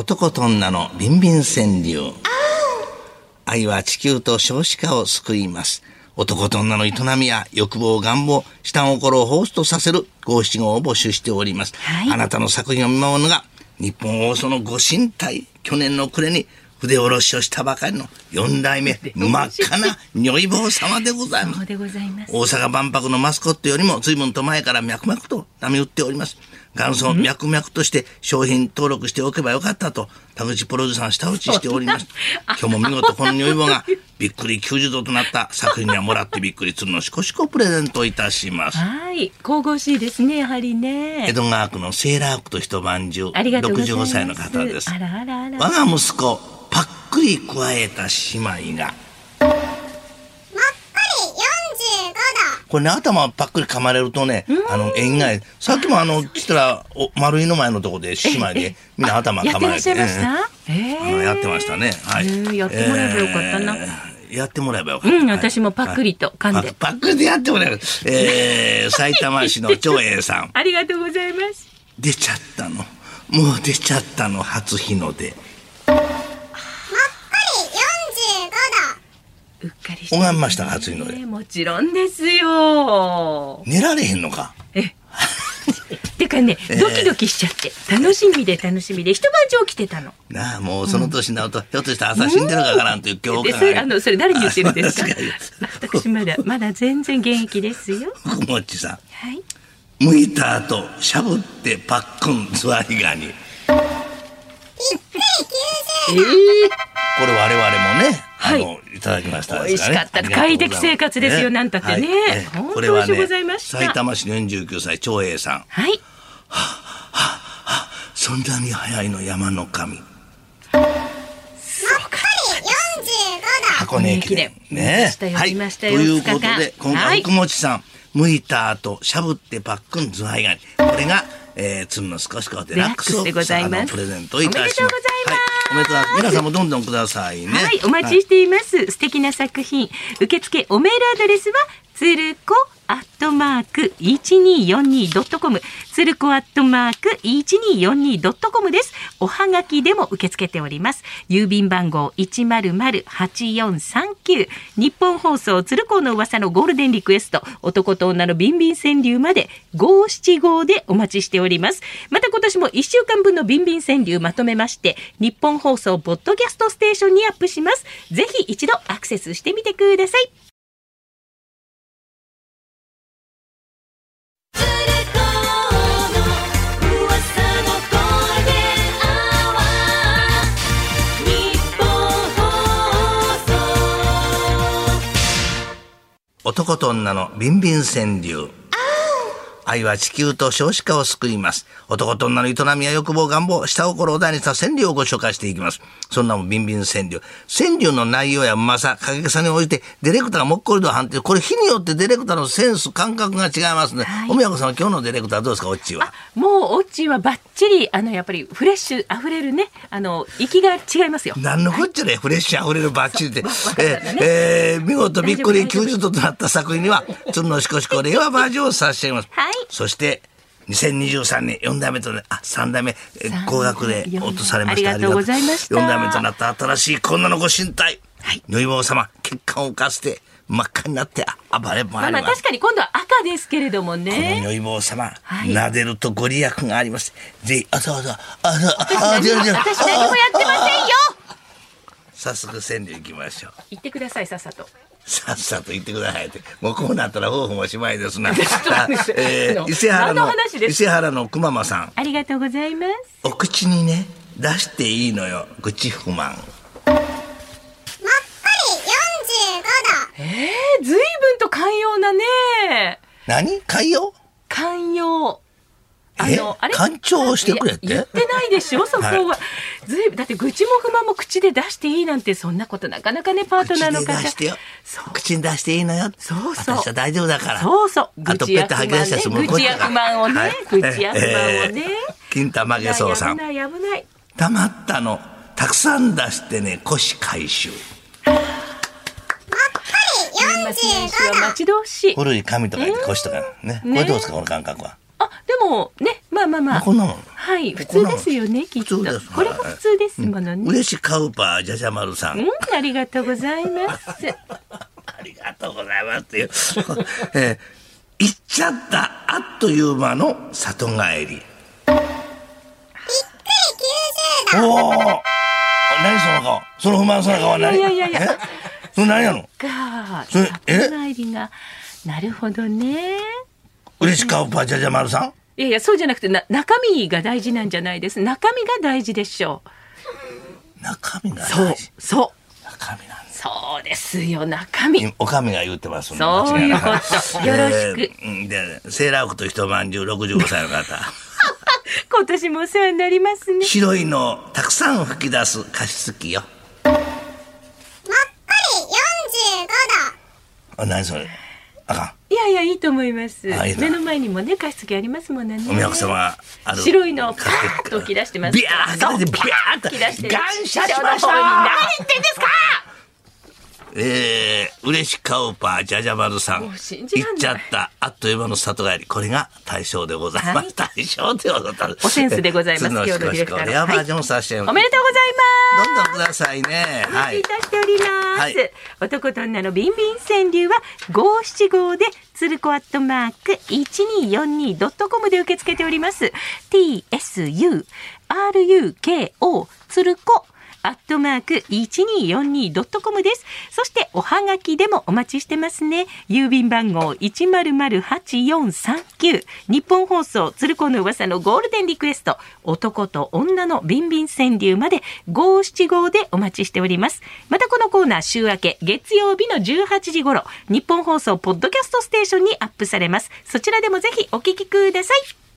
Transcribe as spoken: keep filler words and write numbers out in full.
男と女のビンビン川柳。愛は地球と少子化を救います。男と女の営みや欲望、願望、下心をホーストさせる五七五を募集しております、はい、あなたの作品を見守るのが日本放送のご神体。去年の暮れに筆下ろしをしたばかりの四代目真っ赤な如意棒様でございます。 そうでございます。 大阪万博のマスコットよりも随分と前から脈々と波打っております。元祖脈々として商品登録しておけばよかったと田口プロデューサー下打ちしております。今日も見事この如意棒がびっくりきゅうじゅうどとなった作品にはもらってびっくり鶴のしこしこプレゼントいたします。 はい、神々しいですね。やはりね、 江戸川区のセーラー服と一晩中ろくじゅうごさいの方です。 あらあらあら。 我が息子パックリ加えた姉妹がこれね、頭パックリ噛まれるとね、あの縁がさっきもあの来たらお丸いの前のところで姉妹でみんな頭噛まれてやってらっしゃいました、えー、やってましたね、はい、 やってもらえばよかったな、えー、やってもらえばよかった、うん、 私もパックリと噛んで、 はい、パックリでやってもらえる、えー、埼玉市の長英さんありがとうございます。 出ちゃったの、もう出ちゃったの、初日の出うっかりして、 ね、拝みましたか、初日の出。 もちろんですよ。 寝られへんのか。 えてかね、ドキドキしちゃって楽しみで楽しみで一晩中起きてたの。 なあ、もうその年になると、うん、ひょっとしたら朝死んでるかからんという今日から、 それあのそれ誰に言ってるんですか。私まだまだ全然現役ですよ。 福もっちさん、 はい、 剥いた後しゃぶってパックンズワイガニ。 えー、 これ我々もね、 はい、 あのいただきました、 ね、美味しかった。快適生活ですよ、ね、なんたってね、はい、本当に美味しゅうございました。 埼玉市のよんじゅうきゅうさい長英さん、 はい、 はははそんなに早いの山の神。 すごかった。 箱根駅伝ね、 はい、ということで今回福持さん、はい、剥いた後しゃぶってパックンズワイガニ、これが、えー、鶴の少しかデラックスをプレゼントいたします。おめでとうございます、はい、おめでとうございます。皆さんもどんどんくださいね。 はい、お待ちしています、はい、素敵な作品受付おメールアドレスはつるこアットマーク いちにーよんにードットコム つるこアットマーク いちにーよんにードットコム です。おはがきでも受け付けております。郵便番号 いちまるまるはちよんさんきゅう、日本放送鶴光の噂のゴールデンリクエスト、男と女のビンビン川柳までごーしちごでお待ちしております。また今年もいっしゅうかんぶんのビンビン川柳まとめまして日本放送ポッドキャストステーションにアップします。ぜひ一度アクセスしてみてください。 男と女のビンビン川柳。愛は地球と少子化を救います。男と女の営みや欲望、願望、下心を題にした川柳をご紹介していきます。そんなもビンビン川柳。川柳の内容やうまさ、過激さに応じてディレクターがもっこりと判定。これ日によってディレクターのセンス、感覚が違いますね。はい、おみやこさんは今日のディレクターはどうですか、オッチーは。 もうオッチーはバッチリ、あのやっぱりフレッシュあふれるね、あの息が違いますよ。 何のこっちゃね、はい、フレッシュあふれるバッチリで、ね、えーえー、見事びっくりきゅうじゅうどとなった作品には鶴のしこしこ令和バージョンを差し上げます。はい、そしてにせんにじゅうさんねんよんだいめとね、あ、さんだいめ高額で落とされました。 ありがとうございました。 よんだいめとなった新しいこんなのご神体、はい、如意棒様、血管を浮かせて真っ赤になって暴れ回ります。まあ、まあ確かに今度は赤ですけれどもね。 この如意棒様、はい、撫でるとご利益があります。ぜひ、あ、そうそう、あ、そう、 私何も、私何もやってませんよ。 早速川柳行きましょう。 言ってください、さっさと。さっさと言ってくださいって。もうこうなったら夫婦もしまいですな。えー、伊勢原の伊勢原のくままさん、 ありがとうございます。 お口にね出していいのよ、愚痴不満。 もっこりよんじゅうごど。えー、ずいぶんと寛容なね。 何？寛容？ 寛容。 あのあれ干潮をしてくれって言ってないでしょ、そこは、はい、ずいぶんだって愚痴も不満も口で出していいなんて、そんなことなかなかね、パートナーの方。 口で出してよ、口に出していいのよ。 そうそう、 私は大丈夫だから。 そうそう、 あとペット吐き出したやつも愚痴や不満をね、はい、愚痴や不満をね、 金玉げそうさん、 危ない危ない、 たまったのたくさん出してね、腰回収。 年末年始は待ち遠しい。 古い紙とか腰とかね、これどうですか、この感覚は。 あ、でもね、まあまあまあ、 こんなもん、 ははい普通ですよねきっと。 普通です。 これが普通ですものね。 嬉しカウパーじゃじゃ丸さん、 うん、ありがとうございますありがとうございますっていう、えー、行っちゃったあっという間の里帰り。おお、何その顔、その不満そうな顔は何。 いやいやいやいや、 えそれ何やのかそれ。 里帰りがなるほどね。 嬉しカウパーじゃじゃ丸さん。 いやいやそうじゃなくてな中身が大事なんじゃないです。中身が大事でしょう。中身が大事。そうそう中身なんだ。 そうですよ中身。 おかみが言ってます。 そういうことよろしく、 えー、でセーラー服と一晩中ろくじゅうごさいの方今年もお世話になりますね。 白いのたくさん吹き出す加湿器よ。 もっこりよんじゅうごど。 あ、何それ、あかん。いやいやいいと思います。 いい目の前にもね加湿器ありますもんね。 お宮様がある白いのパーッと吹き出してます。 ビャーッビャーッと吹き出して感謝しました。 何言ってんですか。 えー、嬉しカウパーじゃじゃ丸さん、行っちゃったあっという間の里帰り、これが大賞でございます、はい、大賞でございます。 おセンスでございます。 今日のディレクターレアバージョンさせて、はい、 おめでとうございます。 どんどんくださいね。 はい、いたしております、はい、男と女のビンビン川柳は五七五で鶴子アットマーク いちにーよんにードットコム で受け付けております。 ティーエスユーアールユーケーオー 鶴子アットマーク いちにーよんにードットコム です。そしておはがきでもお待ちしてますね。郵便番号 いちまるまるはちよんさんきゅう、日本放送鶴子の噂のゴールデンリクエスト、男と女のビンビン川柳まで五七五でお待ちしております。またこのコーナー週明け月曜日のじゅうはちじ頃、日本放送ポッドキャストステーションにアップされます。そちらでもぜひお聞きください。